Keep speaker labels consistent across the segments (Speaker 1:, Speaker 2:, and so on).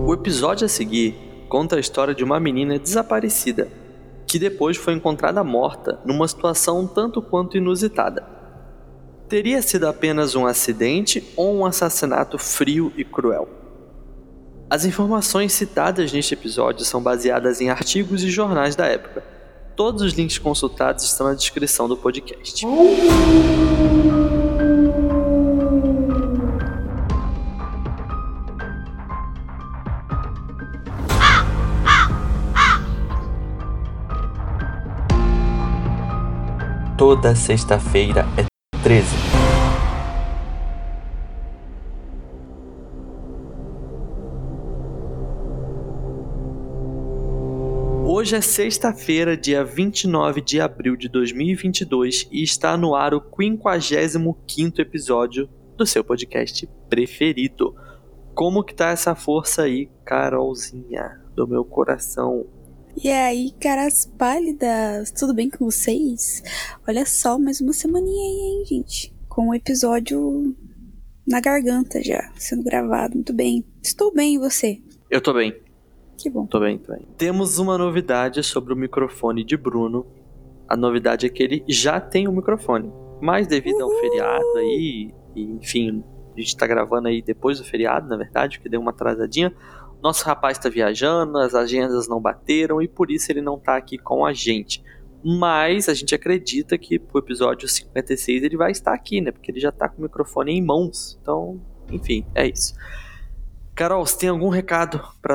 Speaker 1: O episódio a seguir conta a história de uma menina desaparecida, que depois foi encontrada morta numa situação tanto quanto inusitada. Teria sido apenas um acidente ou um assassinato frio e cruel? As informações citadas neste episódio são baseadas em artigos e jornais da época. Todos os links consultados estão na descrição do podcast. Toda sexta-feira é 13. Hoje é sexta-feira, dia 29 de abril de 2022 e está no ar o 55º episódio do seu podcast preferido. Como que tá essa força aí, Carolzinha, do meu coração?
Speaker 2: E aí, caras pálidas, tudo bem com vocês? Olha só, mais uma semaninha aí, hein, gente? Com o episódio na garganta já, sendo gravado, muito bem. Estou bem, e você?
Speaker 1: Eu tô bem.
Speaker 2: Que bom.
Speaker 1: Tô bem. Temos uma novidade sobre o microfone de Bruno. A novidade é que ele já tem um microfone, mas devido ao feriado aí, e, enfim, a gente tá gravando aí depois do feriado, na verdade, que deu uma atrasadinha. Nosso rapaz tá viajando, as agendas não bateram e por isso ele não tá aqui com a gente. Mas a gente acredita que pro episódio 56 ele vai estar aqui, né? Porque ele já tá com o microfone em mãos. Então, enfim, é isso. Carol, você tem algum recado pra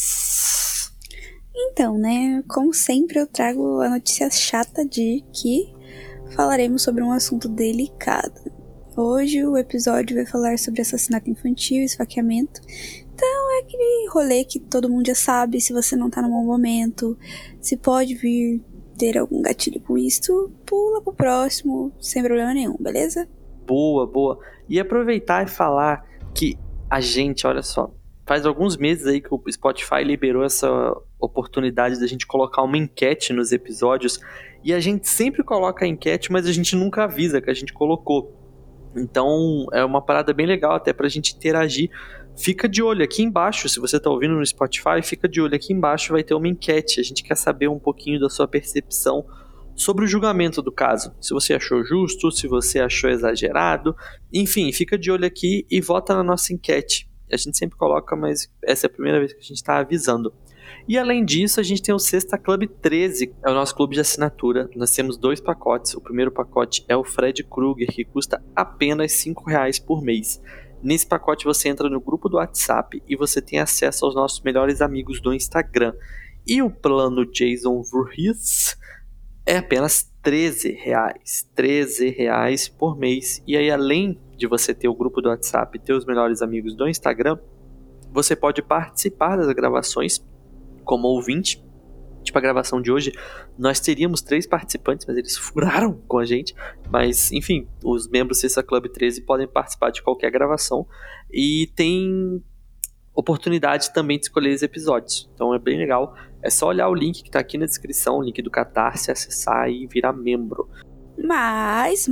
Speaker 1: nós?
Speaker 2: Então, né, como sempre eu trago a notícia chata de que falaremos sobre um assunto delicado. Hoje o episódio vai falar sobre assassinato infantil e esfaqueamento. Então é aquele rolê que todo mundo já sabe, se você não tá num bom momento, se pode vir ter algum gatilho com isso, pula pro próximo, sem problema nenhum, beleza?
Speaker 1: Boa. E aproveitar e falar que a gente, olha só, faz alguns meses aí que o Spotify liberou essa oportunidade da gente colocar uma enquete nos episódios, e a gente sempre coloca a enquete, mas a gente nunca avisa que a gente colocou. Então é uma parada bem legal até pra gente interagir. Fica de olho aqui embaixo, se você tá ouvindo no Spotify, fica de olho aqui embaixo, vai ter uma enquete. A gente quer saber um pouquinho da sua percepção sobre o julgamento do caso. Se você achou justo, se você achou exagerado, enfim, fica de olho aqui e vota na nossa enquete. A gente sempre coloca, mas essa é a primeira vez que a gente tá avisando. E além disso, a gente tem o Sexta Club 13, é o nosso clube de assinatura. Nós temos 2 pacotes. O primeiro pacote é o Fred Krueger, que custa apenas R$5 por mês. Nesse pacote você entra no grupo do WhatsApp e você tem acesso aos nossos melhores amigos do Instagram. E o plano Jason Voorhees é apenas R$13. R$13 por mês. E aí, além de você ter o grupo do WhatsApp e ter os melhores amigos do Instagram, você pode participar das gravações como ouvinte. Tipo, a gravação de hoje, nós teríamos 3 participantes, mas eles furaram com a gente. Mas, enfim, os membros do Sexta Club 13 podem participar de qualquer gravação. E tem oportunidade também de escolher os episódios. Então é bem legal. É só olhar o link que tá aqui na descrição, o link do Catarse, acessar e virar membro.
Speaker 2: Mas,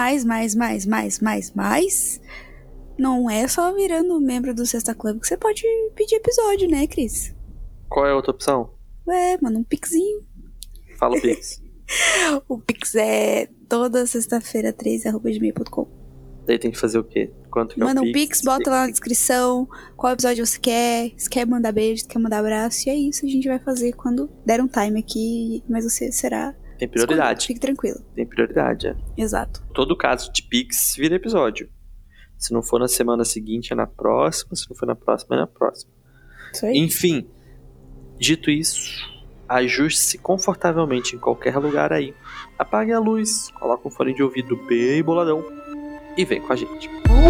Speaker 2: não é só virando membro do Sexta Club que você pode pedir episódio, né, Cris?
Speaker 1: Qual é a outra opção?
Speaker 2: Ué, manda um pixinho.
Speaker 1: Fala o Pix.
Speaker 2: O Pix é toda sexta-feira 13@gmail.com.
Speaker 1: Daí tem que fazer o quê? Quanto que
Speaker 2: manda
Speaker 1: é o
Speaker 2: um Pix, bota lá na descrição qual episódio você quer, se quer mandar beijo, se quer mandar abraço, e é isso, a gente vai fazer quando der um time aqui, mas você será...
Speaker 1: Tem prioridade.
Speaker 2: Fique tranquilo.
Speaker 1: Tem prioridade, é.
Speaker 2: Exato.
Speaker 1: Todo caso de Pix vira episódio. Se não for na semana seguinte, é na próxima. Se não for na próxima, é na próxima.
Speaker 2: Isso aí.
Speaker 1: Enfim, dito isso, ajuste-se confortavelmente em qualquer lugar aí. Apague a luz, coloque um fone de ouvido bem boladão e vem com a gente.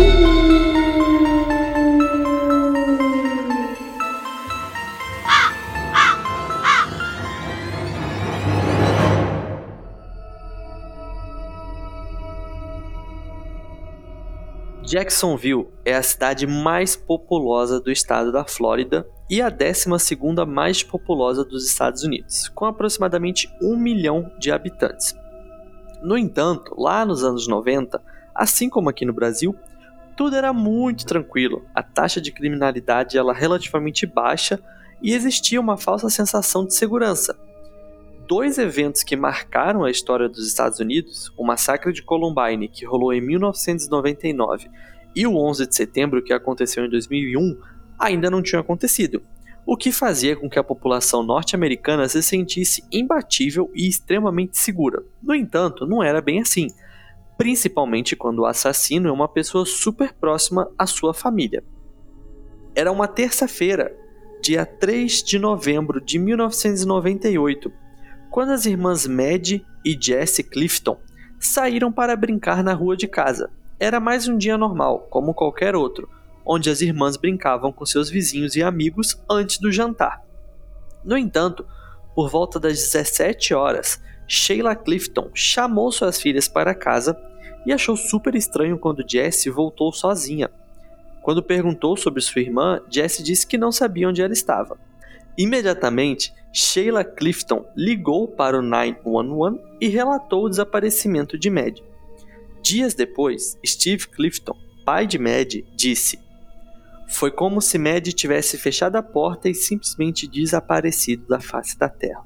Speaker 1: Jacksonville é a cidade mais populosa do estado da Flórida e a 12ª mais populosa dos Estados Unidos, com aproximadamente 1 milhão de habitantes. No entanto, lá nos anos 90, assim como aqui no Brasil, tudo era muito tranquilo, a taxa de criminalidade era relativamente baixa e existia uma falsa sensação de segurança. 2 eventos que marcaram a história dos Estados Unidos, o massacre de Columbine, que rolou em 1999, e o 11 de setembro, que aconteceu em 2001, ainda não tinham acontecido, o que fazia com que a população norte-americana se sentisse imbatível e extremamente segura. No entanto, não era bem assim, principalmente quando o assassino é uma pessoa super próxima à sua família. Era uma terça-feira, dia 3 de novembro de 1998, quando as irmãs Maddie e Jessie Clifton saíram para brincar na rua de casa. Era mais um dia normal, como qualquer outro, onde as irmãs brincavam com seus vizinhos e amigos antes do jantar. No entanto, por volta das 17 horas, Sheila Clifton chamou suas filhas para casa e achou super estranho quando Jessie voltou sozinha. Quando perguntou sobre sua irmã, Jessie disse que não sabia onde ela estava. Imediatamente, Sheila Clifton ligou para o 911 e relatou o desaparecimento de Maddie. Dias depois, Steve Clifton, pai de Maddie, disse: "Foi como se Maddie tivesse fechado a porta e simplesmente desaparecido da face da terra."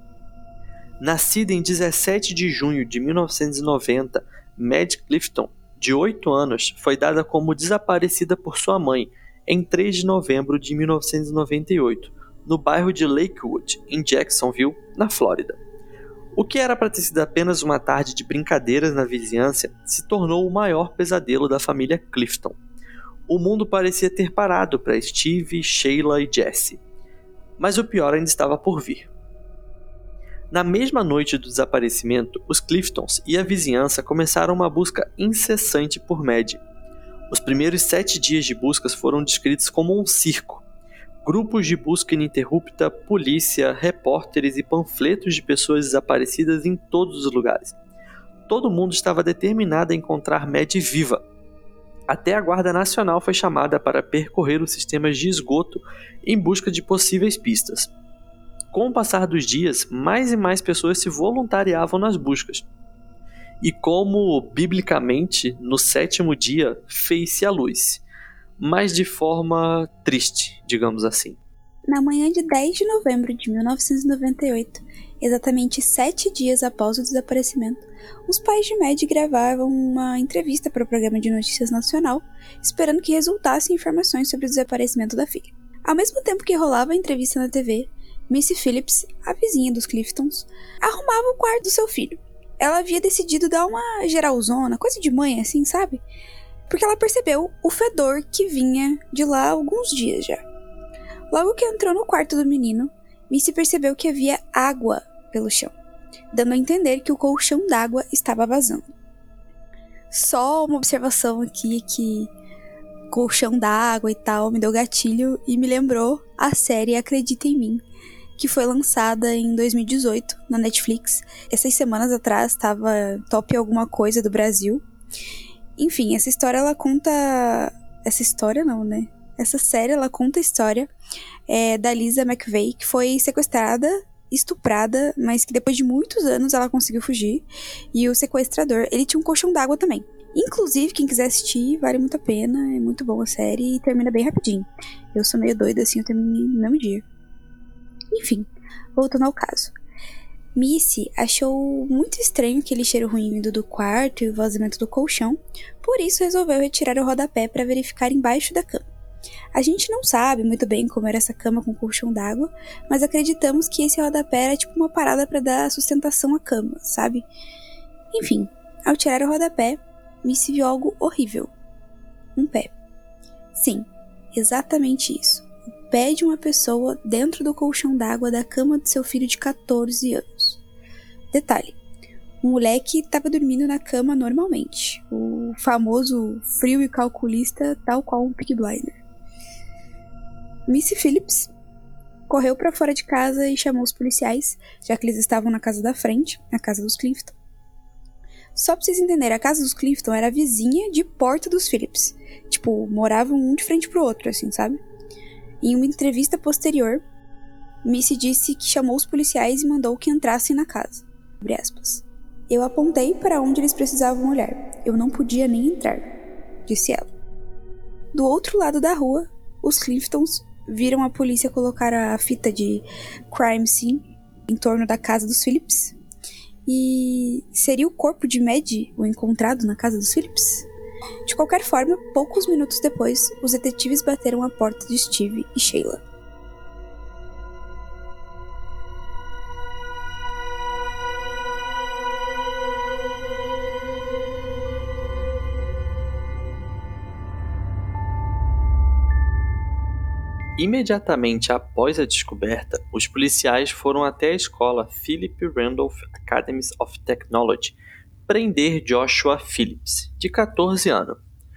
Speaker 1: Nascida em 17 de junho de 1990, Maddie Clifton, de 8 anos, foi dada como desaparecida por sua mãe em 3 de novembro de 1998, no bairro de Lakewood, em Jacksonville, na Flórida. O que era para ter sido apenas uma tarde de brincadeiras na vizinhança se tornou o maior pesadelo da família Clifton. O mundo parecia ter parado para Steve, Sheila e Jessie. Mas o pior ainda estava por vir. Na mesma noite do desaparecimento, os Cliftons e a vizinhança começaram uma busca incessante por Maddie. Os primeiros 7 dias de buscas foram descritos como um circo. Grupos de busca ininterrupta, polícia, repórteres e panfletos de pessoas desaparecidas em todos os lugares. Todo mundo estava determinado a encontrar Maddie viva. Até a Guarda Nacional foi chamada para percorrer os sistemas de esgoto em busca de possíveis pistas. Com o passar dos dias, mais e mais pessoas se voluntariavam nas buscas. E como, biblicamente, no 7º dia, fez-se a luz. Mas de forma triste, digamos assim.
Speaker 2: Na manhã de 10 de novembro de 1998, exatamente 7 dias após o desaparecimento, os pais de Maddie gravavam uma entrevista para o programa de notícias nacional, esperando que resultassem informações sobre o desaparecimento da filha. Ao mesmo tempo que rolava a entrevista na TV, Missy Phillips, a vizinha dos Cliftons, arrumava o quarto do seu filho. Ela havia decidido dar uma geralzona, coisa de mãe assim, sabe? Porque ela percebeu o fedor que vinha de lá há alguns dias já. Logo que entrou no quarto do menino, Missy percebeu que havia água pelo chão, dando a entender que o colchão d'água estava vazando. Só uma observação aqui que colchão d'água e tal me deu gatilho e me lembrou a série Acredita em Mim, que foi lançada em 2018 na Netflix. Essas semanas atrás estava top alguma coisa do Brasil. Enfim, essa história ela conta... Essa história não, né? Essa série ela conta a história da Lisa McVeigh, que foi sequestrada, estuprada, mas que depois de muitos anos ela conseguiu fugir. E o sequestrador, ele tinha um colchão d'água também. Inclusive, quem quiser assistir, vale muito a pena. É muito boa a série e termina bem rapidinho. Eu sou meio doida assim, eu terminei no mesmo dia. Enfim, voltando ao caso. Missy achou muito estranho aquele cheiro ruim vindo do quarto e o vazamento do colchão, por isso resolveu retirar o rodapé para verificar embaixo da cama. A gente não sabe muito bem como era essa cama com colchão d'água, mas acreditamos que esse rodapé era tipo uma parada para dar sustentação à cama, sabe? Enfim, ao tirar o rodapé, Missy viu algo horrível. Um pé. Sim, exatamente isso. O pé de uma pessoa dentro do colchão d'água da cama de seu filho de 14 anos. Detalhe, o moleque estava dormindo na cama normalmente. O famoso frio e calculista, tal qual um Peaky Blinder. Missy Phillips correu para fora de casa e chamou os policiais, já que eles estavam na casa da frente, na casa dos Clifton. Só pra vocês entenderem, a casa dos Clifton era a vizinha de porta dos Phillips. Tipo, moravam um de frente pro outro, assim, sabe? Em uma entrevista posterior, Missy disse que chamou os policiais e mandou que entrassem na casa. Abre aspas. Eu apontei para onde eles precisavam olhar. Eu não podia nem entrar, disse ela. Do outro lado da rua, os Cliftons viram a polícia colocar a fita de crime scene em torno da casa dos Phillips. E seria o corpo de Maddie o encontrado na casa dos Phillips? De qualquer forma, poucos minutos depois, os detetives bateram a porta de Steve e Sheila.
Speaker 1: Imediatamente após a descoberta, os policiais foram até a escola Philip Randolph Academy of Technology prender Joshua Phillips, de 14 anos.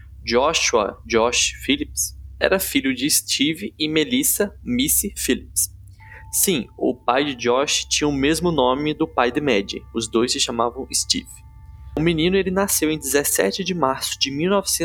Speaker 1: Josh Phillips era filho de Steve e Melissa Missy Phillips. Sim, o pai de Josh tinha o mesmo nome do pai de Maddie, os dois se chamavam Steve. O menino ele nasceu em 17 de março de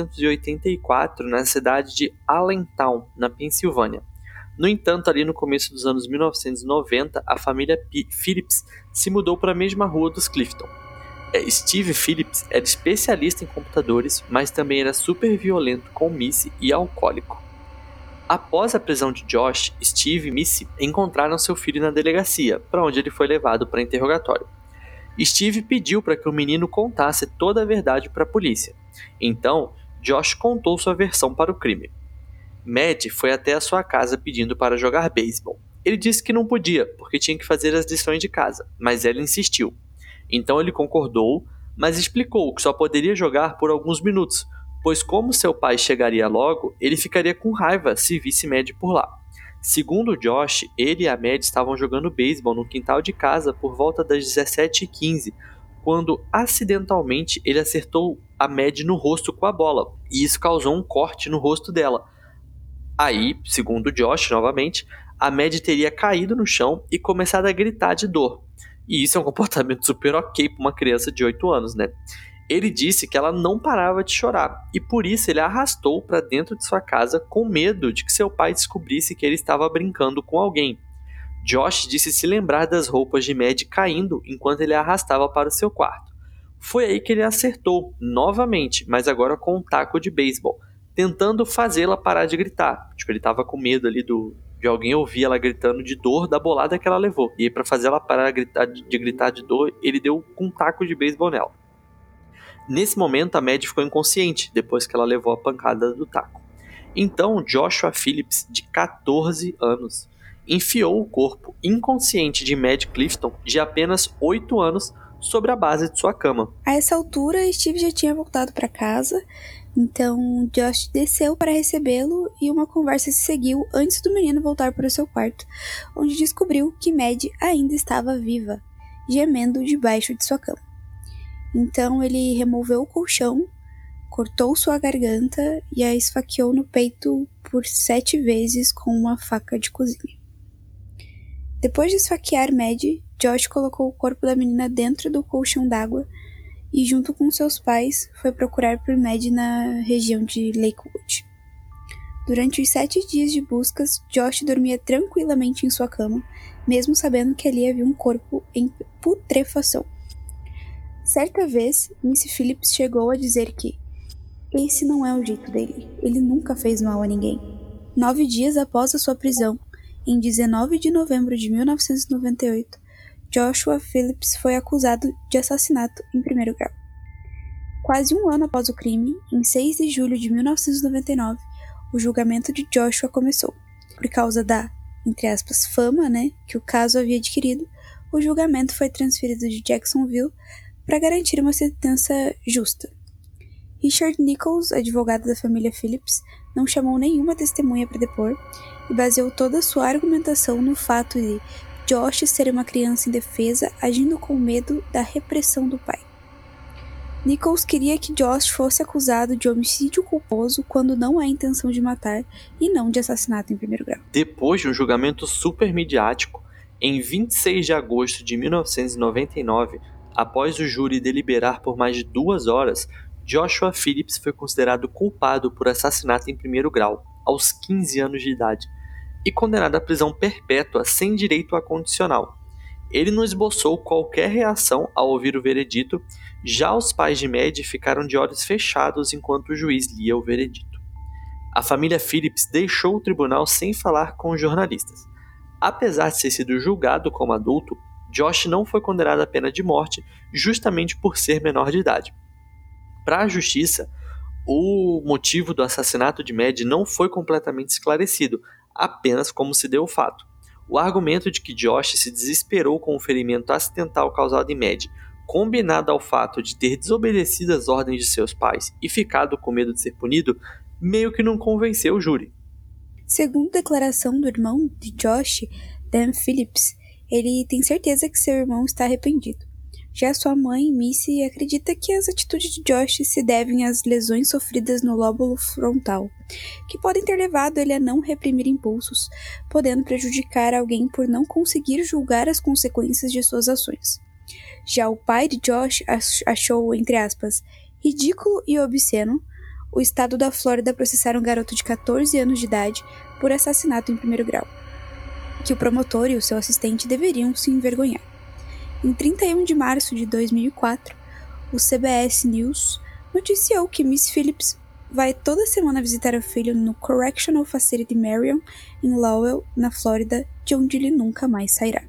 Speaker 1: 1984 na cidade de Allentown, na Pensilvânia. No entanto, ali no começo dos anos 1990, a família Phillips se mudou para a mesma rua dos Clifton. Steve Phillips era especialista em computadores, mas também era super violento com Missy e alcoólico. Após a prisão de Josh, Steve e Missy encontraram seu filho na delegacia, para onde ele foi levado para interrogatório. Steve pediu para que o menino contasse toda a verdade para a polícia. Então, Josh contou sua versão para o crime. Maddie foi até a sua casa pedindo para jogar beisebol. Ele disse que não podia, porque tinha que fazer as lições de casa, mas ela insistiu. Então ele concordou, mas explicou que só poderia jogar por alguns minutos, pois como seu pai chegaria logo, ele ficaria com raiva se visse Maddie por lá. Segundo Josh, ele e a Maddie estavam jogando beisebol no quintal de casa por volta das 17h15, quando acidentalmente ele acertou a Maddie no rosto com a bola, e isso causou um corte no rosto dela. Aí, segundo Josh, novamente, a Maddie teria caído no chão e começado a gritar de dor. E isso é um comportamento super ok para uma criança de 8 anos, né? Ele disse que ela não parava de chorar, e por isso ele a arrastou para dentro de sua casa com medo de que seu pai descobrisse que ele estava brincando com alguém. Josh disse se lembrar das roupas de Maddie caindo enquanto ele a arrastava para o seu quarto. Foi aí que ele acertou, novamente, mas agora com um taco de beisebol, tentando fazê-la parar de gritar. Tipo, ele estava com medo ali de alguém ouvir ela gritando de dor da bolada que ela levou. E aí, para fazer ela parar de gritar de dor, ele deu um taco de beisebol nela. Nesse momento, a Maddie ficou inconsciente, depois que ela levou a pancada do taco. Então, Joshua Phillips, de 14 anos, enfiou o corpo inconsciente de Maddie Clifton, de apenas 8 anos, sobre a base de sua cama.
Speaker 2: A essa altura, Steve já tinha voltado para casa, então Josh desceu para recebê-lo e uma conversa se seguiu antes do menino voltar para o seu quarto, onde descobriu que Maddie ainda estava viva, gemendo debaixo de sua cama. Então ele removeu o colchão, cortou sua garganta e a esfaqueou no peito por 7 vezes com uma faca de cozinha. Depois de esfaquear Maddie, Josh colocou o corpo da menina dentro do colchão d'água e, junto com seus pais, foi procurar por Maddie na região de Lakewood. Durante os 7 dias de buscas, Josh dormia tranquilamente em sua cama, mesmo sabendo que ali havia um corpo em putrefação. Certa vez, Missy Phillips chegou a dizer que esse não é o jeito dele, ele nunca fez mal a ninguém. 9 dias após a sua prisão, em 19 de novembro de 1998, Joshua Phillips foi acusado de assassinato em primeiro grau. Quase um ano após o crime, em 6 de julho de 1999, o julgamento de Joshua começou. Por causa da, entre aspas, fama, que o caso havia adquirido, o julgamento foi transferido de Jacksonville para garantir uma sentença justa. Richard Nichols, advogado da família Phillips, não chamou nenhuma testemunha para depor e baseou toda a sua argumentação no fato de Josh ser uma criança indefesa agindo com medo da repressão do pai. Nichols queria que Josh fosse acusado de homicídio culposo quando não há intenção de matar e não de assassinato em primeiro grau.
Speaker 1: Depois de um julgamento super midiático, em 26 de agosto de 1999, após o júri deliberar por mais de 2 horas, Joshua Phillips foi considerado culpado por assassinato em primeiro grau, aos 15 anos de idade, e condenado à prisão perpétua sem direito a condicional. Ele não esboçou qualquer reação ao ouvir o veredito, já os pais de Maddie ficaram de olhos fechados enquanto o juiz lia o veredito. A família Phillips deixou o tribunal sem falar com os jornalistas. Apesar de ter sido julgado como adulto, Josh não foi condenado à pena de morte justamente por ser menor de idade. Para a justiça, o motivo do assassinato de Maddie não foi completamente esclarecido, apenas como se deu o fato. O argumento de que Josh se desesperou com o ferimento acidental causado em Maddie, combinado ao fato de ter desobedecido às ordens de seus pais e ficado com medo de ser punido, meio que não convenceu o júri.
Speaker 2: Segundo declaração do irmão de Josh, Dan Phillips, ele tem certeza que seu irmão está arrependido. Já sua mãe, Missy, acredita que as atitudes de Josh se devem às lesões sofridas no lóbulo frontal, que podem ter levado ele a não reprimir impulsos, podendo prejudicar alguém por não conseguir julgar as consequências de suas ações. Já o pai de Josh achou, entre aspas, ridículo e obsceno o estado da Flórida processar um garoto de 14 anos de idade por assassinato em primeiro grau, que o promotor e o seu assistente deveriam se envergonhar. Em 31 de março de 2004, o CBS News noticiou que Miss Phillips vai toda semana visitar o filho no Correctional Facility Marion, em Lowell, na Flórida, de onde ele nunca mais sairá.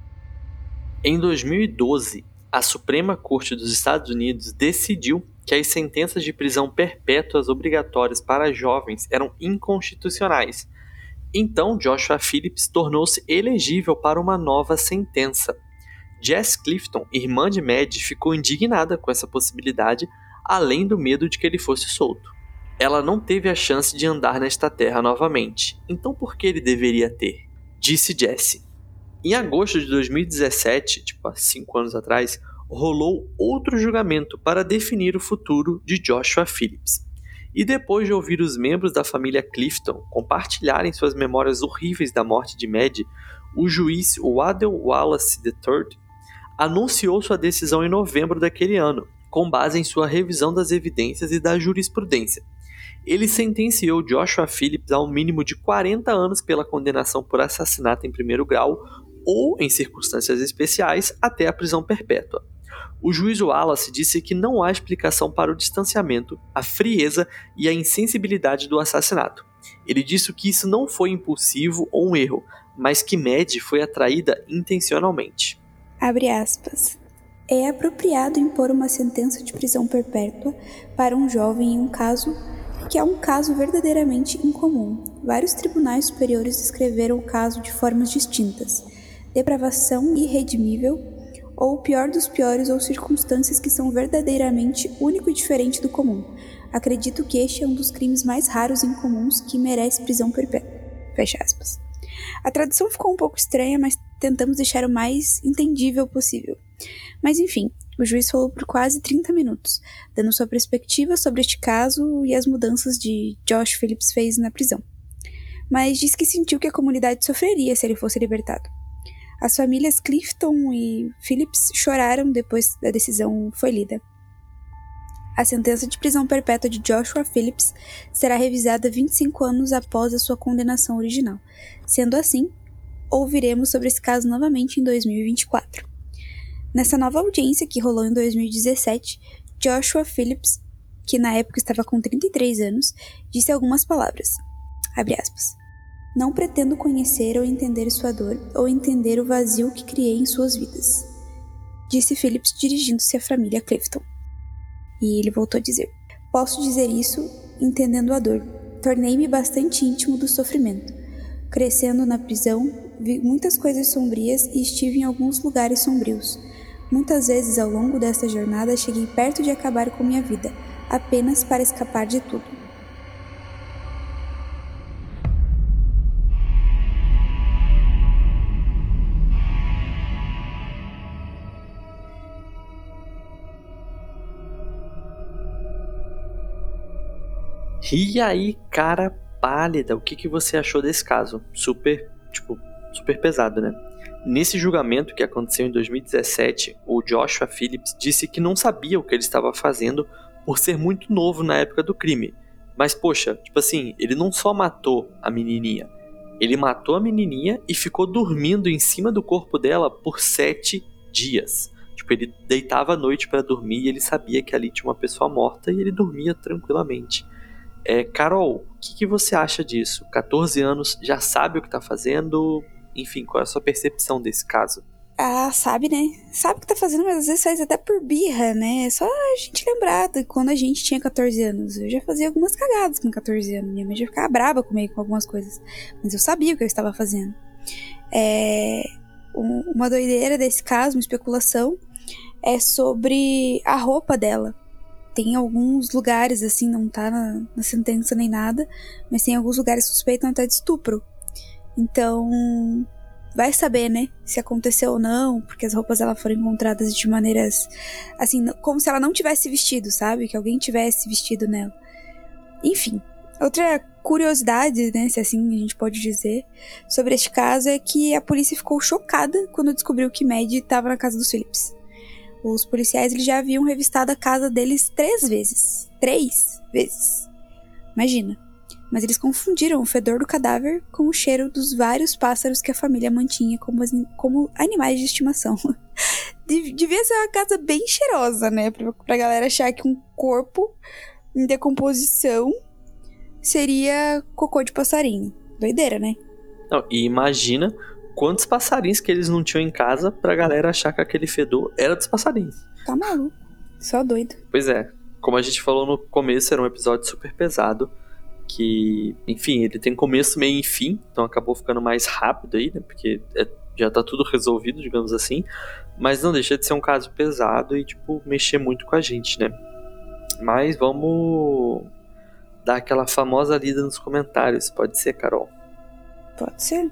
Speaker 1: Em 2012, a Suprema Corte dos Estados Unidos decidiu que as sentenças de prisão perpétuas obrigatórias para jovens eram inconstitucionais. Então, Joshua Phillips tornou-se elegível para uma nova sentença. Jess Clifton, irmã de Maddie, ficou indignada com essa possibilidade, além do medo de que ele fosse solto. Ela não teve a chance de andar nesta terra novamente, então por que ele deveria ter? Disse Jesse. Em agosto de 2017, há 5 anos atrás, rolou outro julgamento para definir o futuro de Joshua Phillips. E depois de ouvir os membros da família Clifton compartilharem suas memórias horríveis da morte de Maddie, o juiz Waddell Wallace III anunciou sua decisão em novembro daquele ano, com base em sua revisão das evidências e da jurisprudência. Ele sentenciou Joshua Phillips a um mínimo de 40 anos pela condenação por assassinato em primeiro grau ou, em circunstâncias especiais, até a prisão perpétua. O juiz Wallace disse que não há explicação para o distanciamento, a frieza e a insensibilidade do assassinato. Ele disse que isso não foi impulsivo ou um erro, mas que Maddie foi atraída intencionalmente.
Speaker 2: Abre aspas. É apropriado impor uma sentença de prisão perpétua para um jovem em um caso que é um caso verdadeiramente incomum. Vários tribunais superiores descreveram o caso de formas distintas. Depravação irredimível, ou o pior dos piores, ou circunstâncias que são verdadeiramente único e diferente do comum. Acredito que este é um dos crimes mais raros e incomuns que merece prisão perpétua. Fecha aspas. A tradução ficou um pouco estranha, mas tentamos deixar o mais entendível possível. Mas enfim, o juiz falou por quase 30 minutos, dando sua perspectiva sobre este caso e as mudanças que Josh Phillips fez na prisão. Mas disse que sentiu que a comunidade sofreria se ele fosse libertado. As famílias Clifton e Phillips choraram depois da decisão foi lida. A sentença de prisão perpétua de Joshua Phillips será revisada 25 anos após a sua condenação original. Sendo assim, ouviremos sobre esse caso novamente em 2024. Nessa nova audiência que rolou em 2017, Joshua Phillips, que na época estava com 33 anos, disse algumas palavras. Abre aspas. Não pretendo conhecer ou entender sua dor ou entender o vazio que criei em suas vidas, disse Phillips dirigindo-se à família Clifton. E ele voltou a dizer, posso dizer isso entendendo a dor. Tornei-me bastante íntimo do sofrimento. Crescendo na prisão, vi muitas coisas sombrias e estive em alguns lugares sombrios. Muitas vezes ao longo desta jornada cheguei perto de acabar com minha vida, apenas para escapar de tudo.
Speaker 1: E aí, cara pálida, o que você achou desse caso? Super pesado, né? Nesse julgamento que aconteceu em 2017, o Joshua Phillips disse que não sabia o que ele estava fazendo por ser muito novo na época do crime. Mas, poxa, ele não só matou a menininha, ele matou a menininha e ficou dormindo em cima do corpo dela por 7 dias. Ele deitava à noite para dormir e ele sabia que ali tinha uma pessoa morta e ele dormia tranquilamente. Carol, o que você acha disso? 14 anos, já sabe o que tá fazendo? Enfim, qual é a sua percepção desse caso?
Speaker 2: Ah, sabe, né? Sabe o que tá fazendo, mas às vezes faz até por birra, né? É só a gente lembrar de quando a gente tinha 14 anos. Eu já fazia algumas cagadas com 14 anos. Minha mãe já ficava brava comigo com algumas coisas. Mas eu sabia o que eu estava fazendo. Uma doideira desse caso, uma especulação, é sobre a roupa dela. Tem alguns lugares, assim, não tá na sentença nem nada, mas tem alguns lugares que suspeitam até de estupro. Então, vai saber, né, se aconteceu ou não, porque as roupas dela foram encontradas de maneiras, assim, como se ela não tivesse vestido, sabe? Que alguém tivesse vestido nela. Enfim, outra curiosidade, né, se assim a gente pode dizer, sobre este caso é que a polícia ficou chocada quando descobriu que Maddie estava na casa dos Phillips. Os policiais eles já haviam revistado a casa deles 3 vezes. 3 vezes. Imagina. Mas eles confundiram o fedor do cadáver com o cheiro dos vários pássaros que a família mantinha como animais de estimação. Devia ser uma casa bem cheirosa, né? Pra galera achar que um corpo em decomposição seria cocô de passarinho. Doideira, né?
Speaker 1: Não, e imagina quantos passarinhos que eles não tinham em casa pra galera achar que aquele fedor era dos passarinhos.
Speaker 2: Tá maluco. Só doido.
Speaker 1: Pois é. Como a gente falou no começo, era um episódio super pesado. Que, enfim, ele tem começo, meio e fim. Então acabou ficando mais rápido aí, né? Porque já tá tudo resolvido, digamos assim. Mas não deixa de ser um caso pesado e, tipo, mexer muito com a gente, né? Mas vamos dar aquela famosa lida nos comentários. Pode ser, Carol?
Speaker 2: Pode ser.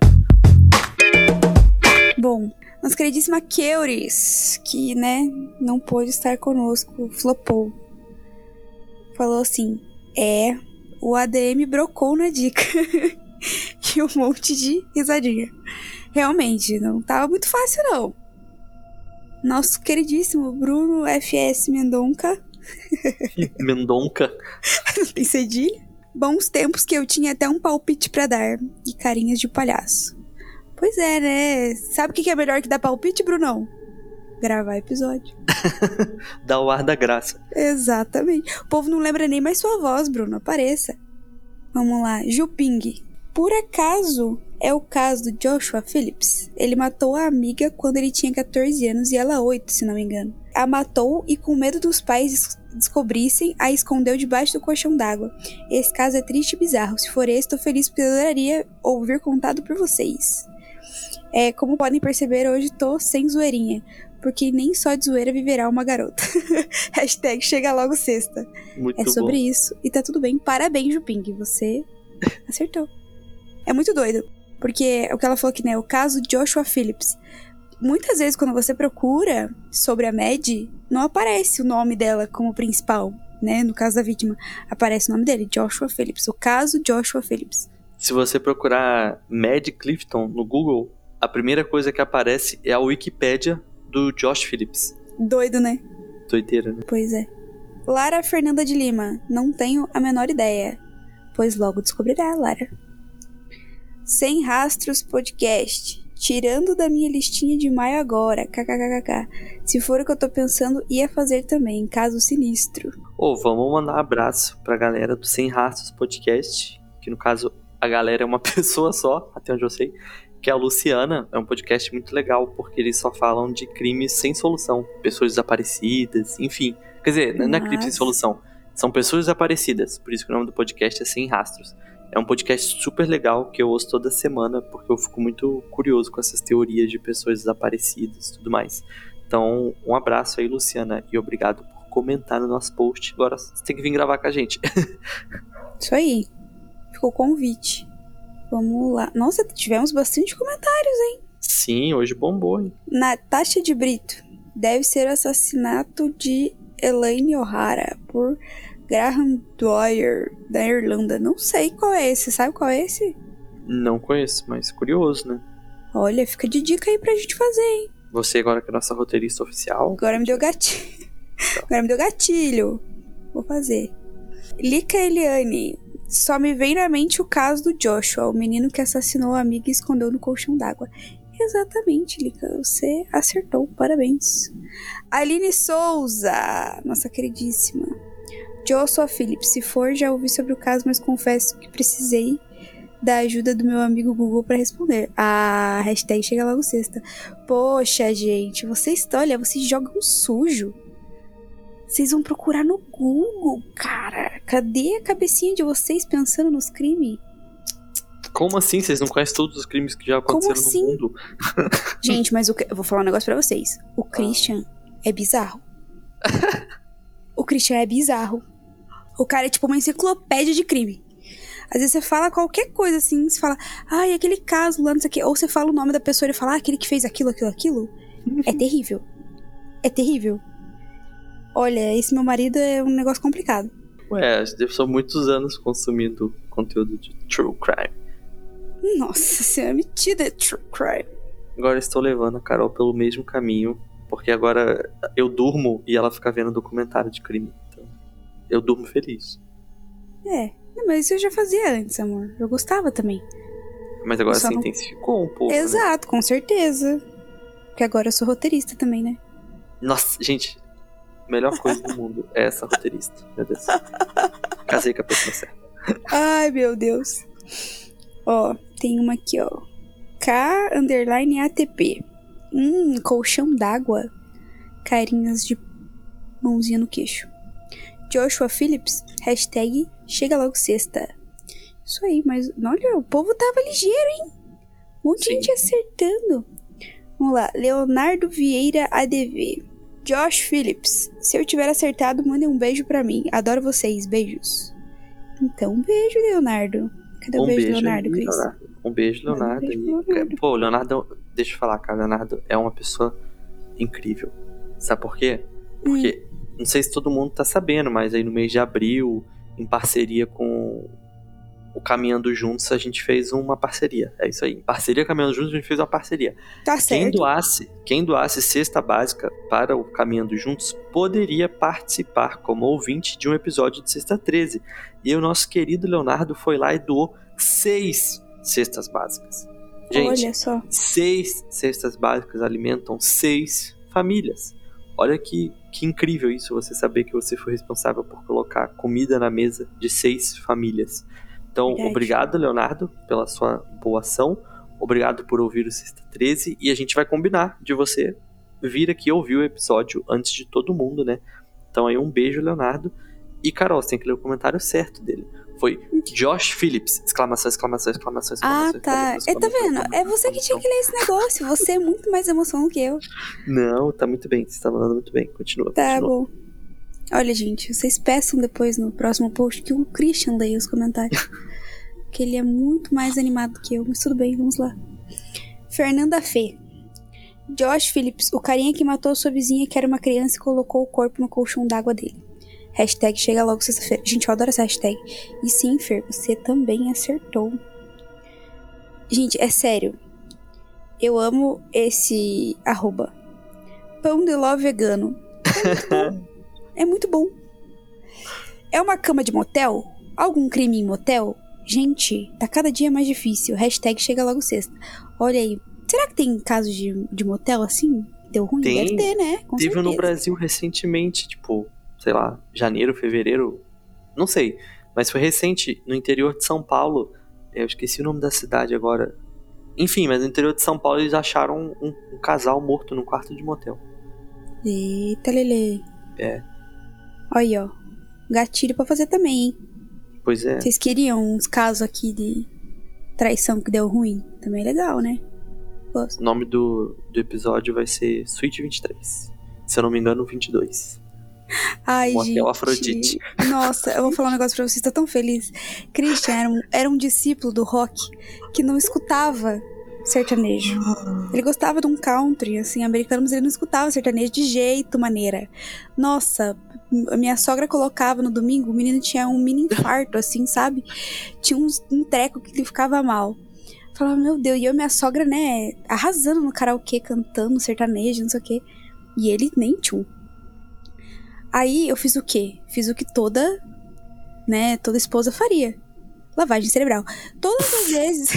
Speaker 2: Bom, nossa queridíssima Keuris, que, né, não pôde estar conosco, flopou. Falou assim, o ADM brocou na dica. E um monte de risadinha. Realmente, não tava muito fácil, não. Nosso queridíssimo Bruno F.S. Mendonça.
Speaker 1: Mendonça.
Speaker 2: Não tem cedilha. Bons tempos que eu tinha até um palpite pra dar. E carinhas de palhaço. Pois é, né? Sabe o que é melhor que dar palpite, Brunão? Gravar episódio.
Speaker 1: Dá o ar da graça.
Speaker 2: Exatamente. O povo não lembra nem mais sua voz, Bruno. Apareça. Vamos lá. Juping. Por acaso é o caso do Joshua Phillips? Ele matou a amiga quando ele tinha 14 anos e ela 8, se não me engano. A matou e com medo dos pais descobrissem, a escondeu debaixo do colchão d'água. Esse caso é triste e bizarro. Se for esse, tô feliz porque eu adoraria ouvir contado por vocês. Como podem perceber, hoje tô sem zoeirinha. Porque nem só de zoeira viverá uma garota. Hashtag chega logo sexta.
Speaker 1: Muito
Speaker 2: é sobre
Speaker 1: bom.
Speaker 2: isso. E tá tudo bem. Parabéns, Juping. Você acertou. É muito doido. Porque o que ela falou aqui, né? O caso Joshua Phillips. Muitas vezes, quando você procura sobre a Maddie, não aparece o nome dela como principal, né? No caso da vítima, aparece o nome dele, Joshua Phillips. O caso Joshua Phillips.
Speaker 1: Se você procurar Maddie Clifton no Google, a primeira coisa que aparece é a Wikipédia do Josh Phillips.
Speaker 2: Doido, né?
Speaker 1: Doideira, né?
Speaker 2: Pois é. Lara Fernanda de Lima. Não tenho a menor ideia. Pois logo descobrirá, Lara. Sem Rastros Podcast. Tirando da minha listinha de maio agora. KKKK. Se for o que eu tô pensando, ia fazer também. Caso sinistro.
Speaker 1: Vamos mandar um abraço pra galera do Sem Rastros Podcast. Que no caso, a galera é uma pessoa só, até onde eu sei. Que é a Luciana. É um podcast muito legal, porque eles só falam de crimes sem solução. Pessoas desaparecidas, enfim. Quer dizer, não é crime sem solução. São pessoas desaparecidas. Por isso que o nome do podcast é Sem Rastros. É um podcast super legal que eu ouço toda semana, porque eu fico muito curioso com essas teorias de pessoas desaparecidas e tudo mais. Então, um abraço aí, Luciana, e obrigado por comentar no nosso post. Agora você tem que vir gravar com a gente.
Speaker 2: Isso aí. Ficou o convite. Vamos lá. Nossa, tivemos bastante comentários, hein?
Speaker 1: Sim, hoje bombou, hein?
Speaker 2: Natasha de Brito. Deve ser o assassinato de Elaine O'Hara por Graham Dwyer, da Irlanda. Não sei qual é esse. Sabe qual é esse?
Speaker 1: Não conheço, mas curioso, né?
Speaker 2: Olha, fica de dica aí pra gente fazer, hein?
Speaker 1: Você agora que é nossa roteirista oficial.
Speaker 2: Agora me deu gatilho. Agora me deu gatilho. Vou fazer. Lika Eliane. Só me vem na mente o caso do Joshua, o menino que assassinou a amiga e escondeu no colchão d'água. Exatamente, Lika. Você acertou. Parabéns. Aline Souza. Nossa queridíssima. Joshua Phillips, se for, já ouvi sobre o caso, mas confesso que precisei da ajuda do meu amigo Google pra responder. Ah, hashtag chega logo sexta. Poxa, gente, vocês jogam sujo. Vocês vão procurar no Google, cara. Cadê a cabecinha de vocês pensando nos crimes?
Speaker 1: Como assim? Vocês não conhecem todos os crimes que já aconteceram no mundo?
Speaker 2: Gente, mas eu vou falar um negócio pra vocês. O Christian é bizarro. O Christian é bizarro. O cara é tipo uma enciclopédia de crime. Às vezes você fala qualquer coisa assim, você fala, ai, aquele caso lá, não sei o quê. Ou você fala o nome da pessoa e ele fala, aquele que fez aquilo. É terrível. É terrível. Olha, esse meu marido é um negócio complicado.
Speaker 1: Ué, são muitos anos consumindo conteúdo de true crime.
Speaker 2: Nossa senhora, metida é true crime.
Speaker 1: Agora estou levando a Carol pelo mesmo caminho, porque agora eu durmo e ela fica vendo documentário de crime. Então, eu durmo feliz.
Speaker 2: Mas isso eu já fazia antes, amor. Eu gostava também.
Speaker 1: Mas agora se intensificou um pouco.
Speaker 2: Exato, né? Com certeza. Porque agora eu sou roteirista também, né?
Speaker 1: Nossa, gente, a melhor coisa do mundo é essa roteirista. Meu Deus. Casei com a pessoa certa.
Speaker 2: Ai, meu Deus. Ó, tem uma aqui, ó. K_ATP. Colchão d'água. Carinhas de mãozinha no queixo. Joshua Phillips, hashtag chega logo sexta. Isso aí, mas olha, o povo tava ligeiro, hein? Um monte de gente acertando. Vamos lá, Leonardo Vieira ADV. Josh Phillips, se eu tiver acertado, mandem um beijo pra mim. Adoro vocês, beijos. Então, um beijo, Leonardo. Cadê o beijo, Leonardo, Cris?
Speaker 1: Um beijo, Leonardo. Pô, Leonardo, deixa eu falar, cara, Leonardo é uma pessoa incrível. Sabe por quê? Porque, não sei se todo mundo tá sabendo, mas aí no mês de abril, em parceria com o Caminhando Juntos, a gente fez uma parceria. É isso aí. Em parceria Caminhando Juntos, a gente fez uma parceria.
Speaker 2: Tá certo.
Speaker 1: Quem doasse cesta básica para o Caminhando Juntos poderia participar como ouvinte de um episódio de Sexta 13. E o nosso querido Leonardo foi lá e doou 6 cestas básicas. Gente,
Speaker 2: olha só.
Speaker 1: 6 cestas básicas alimentam 6 famílias. Olha que incrível isso, você saber que você foi responsável por colocar comida na mesa de 6 famílias. Então, obrigado, Leonardo, pela sua boa ação. Obrigado por ouvir o Sexta 13. E a gente vai combinar de você vir aqui ouvir o episódio antes de todo mundo, né? Então aí um beijo, Leonardo. E, Carol, você tem que ler o comentário certo dele. Foi Josh Phillips, exclamação, exclamação, exclamação, exclamação.
Speaker 2: Ah, tá. Tá vendo? É você que tinha que ler esse negócio. Você é muito mais emoção do que eu.
Speaker 1: Não, tá muito bem. Você tá mandando muito bem. Continua.
Speaker 2: Tá bom. Olha, gente, vocês peçam depois no próximo post que o Christian leia os comentários. Que ele é muito mais animado que eu. Mas tudo bem, vamos lá. Fernanda Fê. Josh Phillips, o carinha que matou sua vizinha que era uma criança e colocou o corpo no colchão d'água dele. Hashtag chega logo sexta-feira. Gente, eu adoro essa hashtag. E sim, Fer, você também acertou. Gente, é sério. Eu amo esse @ Pão de ló vegano. É muito bom. É uma cama de motel? Algum crime em motel? Gente, tá cada dia mais difícil. Hashtag chega logo sexta. Olha aí. Será que tem casos de motel assim? Deu ruim?
Speaker 1: Tem.
Speaker 2: Deve ter, né? Com
Speaker 1: Teve
Speaker 2: certeza.
Speaker 1: no Brasil recentemente, tipo, sei lá, janeiro, fevereiro, não sei. Mas foi recente, no interior de São Paulo. Eu esqueci o nome da cidade agora. Enfim, mas no interior de São Paulo eles acharam um casal morto num quarto de motel.
Speaker 2: Eita, Lelê.
Speaker 1: É.
Speaker 2: Olha aí, ó. Gatilho pra fazer também, hein?
Speaker 1: Pois é.
Speaker 2: Vocês queriam uns casos aqui de traição que deu ruim? Também é legal, né? Gosto.
Speaker 1: O nome do episódio vai ser Suite 23. Se eu não me engano, 22.
Speaker 2: Ai,
Speaker 1: Motel
Speaker 2: gente.
Speaker 1: Afrodite.
Speaker 2: Nossa, eu vou falar um negócio pra vocês, tô tão feliz. Christian era um discípulo do rock que não escutava sertanejo. Ele gostava de um country, assim, americano, mas ele não escutava sertanejo de jeito, maneira. Nossa, a minha sogra colocava no domingo, o menino tinha um mini infarto, assim, sabe? Tinha um treco que ele ficava mal. Falava, meu Deus, e eu e minha sogra, né, arrasando no karaokê, cantando sertanejo, não sei o quê. E ele nem tchum. Aí eu fiz o quê? Fiz o que toda esposa faria. Lavagem cerebral. Todas as vezes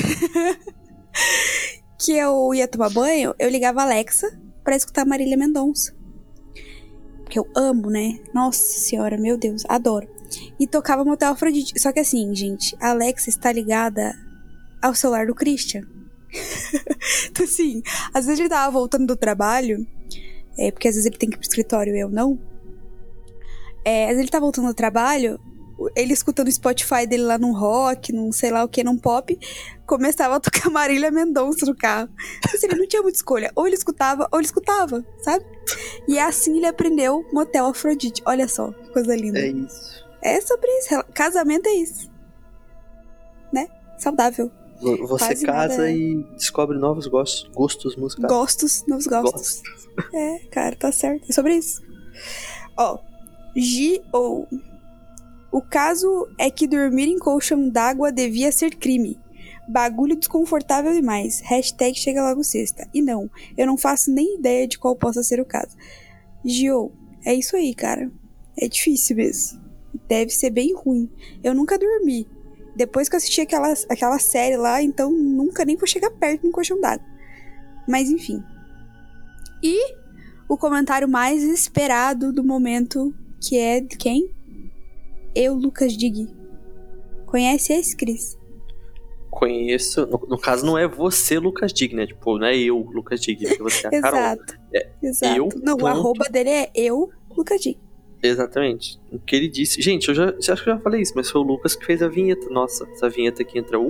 Speaker 2: que eu ia tomar banho, eu ligava a Alexa pra escutar Marília Mendonça. porque eu amo, né? Nossa senhora, meu Deus, adoro. E tocava Motel Afrodite. Só que assim, gente, a Alexa está ligada ao celular do Christian. Então assim, às vezes ele tava voltando do trabalho, porque às vezes ele tem que ir pro escritório e eu não. Às vezes ele tá voltando do trabalho, ele escutando o Spotify dele lá num rock, num sei lá o que, num pop, começava a tocar Marília Mendonça no carro. Então, assim, ele não tinha muita escolha. Ou ele escutava, sabe? E assim ele aprendeu Motel Afrodite. Olha só, que coisa linda.
Speaker 1: É isso.
Speaker 2: É sobre isso. Casamento é isso. Né? Saudável.
Speaker 1: Você
Speaker 2: Quase
Speaker 1: casa
Speaker 2: nada.
Speaker 1: e descobre novos gostos musicais.
Speaker 2: Novos gostos. Cara, tá certo. É sobre isso. Ó, G.O. O caso é que dormir em colchão d'água devia ser crime. Bagulho desconfortável demais. Hashtag chega logo sexta. E não, eu não faço nem ideia de qual possa ser o caso. Gio, é isso aí, cara. É difícil mesmo. Deve ser bem ruim. Eu nunca dormi. Depois que eu assisti aquela série lá, então nunca nem vou chegar perto de um colchão d'água. Mas enfim. E o comentário mais esperado do momento, que é de quem? Eu, Lucas Dig. Conhece esse, Cris?
Speaker 1: Conheço. No caso, não é você, Lucas Dig, né? Tipo, não é eu, Lucas Dig, porque você é a Carol.
Speaker 2: Exato.
Speaker 1: Eu,
Speaker 2: não,
Speaker 1: ponto.
Speaker 2: O arroba dele é eu, Lucas Dig.
Speaker 1: Exatamente. O que ele disse. Gente, eu acho que eu já falei isso, mas foi o Lucas que fez a vinheta. Nossa, essa vinheta aqui entra.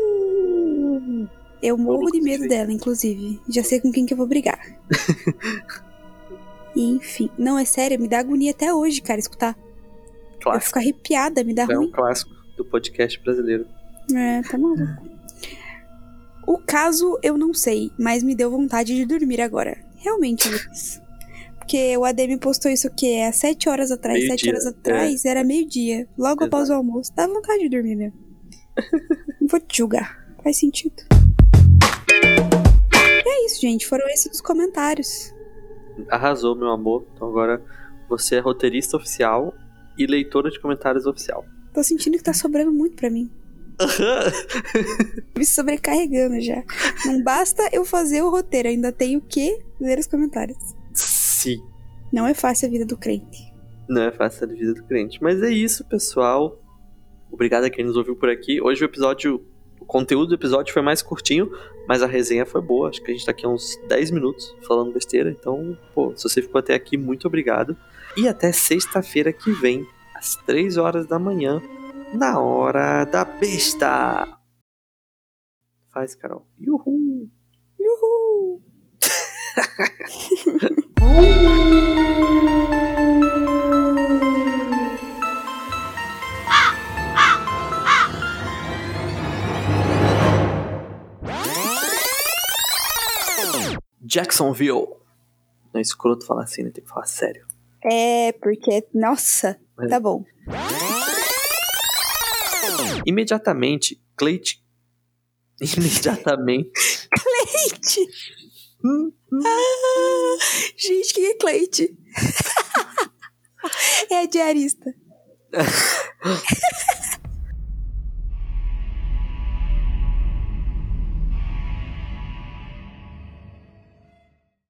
Speaker 2: Eu morro de medo dela, inclusive. Já sei com quem que eu vou brigar. E, enfim. Não, é sério, me dá agonia até hoje, cara, escutar.
Speaker 1: Clássico.
Speaker 2: Eu fico arrepiada, me dá ruim.
Speaker 1: É um clássico do podcast brasileiro.
Speaker 2: Tá maluco. O caso eu não sei, mas me deu vontade de dormir agora. Realmente, Lucas. Porque o ADM postou isso o quê? Há 7 horas atrás. 7 horas atrás era meio-dia. Logo após o almoço. Dá vontade de dormir mesmo. Não vou te julgar. Faz sentido. É isso, gente. Foram esses os comentários.
Speaker 1: Arrasou, meu amor. Então agora você é roteirista oficial e leitora de comentários oficial.
Speaker 2: Tô sentindo que tá sobrando muito pra mim. Me sobrecarregando já. Não basta eu fazer o roteiro, ainda tenho que ler os comentários.
Speaker 1: Sim.
Speaker 2: Não é fácil a vida do crente.
Speaker 1: Não é fácil a vida do crente. Mas é isso, pessoal. Obrigado a quem nos ouviu por aqui. Hoje o conteúdo do episódio foi mais curtinho, mas a resenha foi boa. Acho que a gente tá aqui há uns 10 minutos falando besteira. Então, se você ficou até aqui, muito obrigado. E até sexta-feira que vem, às 3 horas da manhã, na Hora da Besta. Faz, Carol. Yuhu!
Speaker 2: Yuhu!
Speaker 1: Jacksonville. Não é escroto falar assim, né? Tem que falar sério.
Speaker 2: Porque... Nossa, tá bom.
Speaker 1: Imediatamente, Cleite.
Speaker 2: Cleite! Gente, quem é Cleite? É a diarista.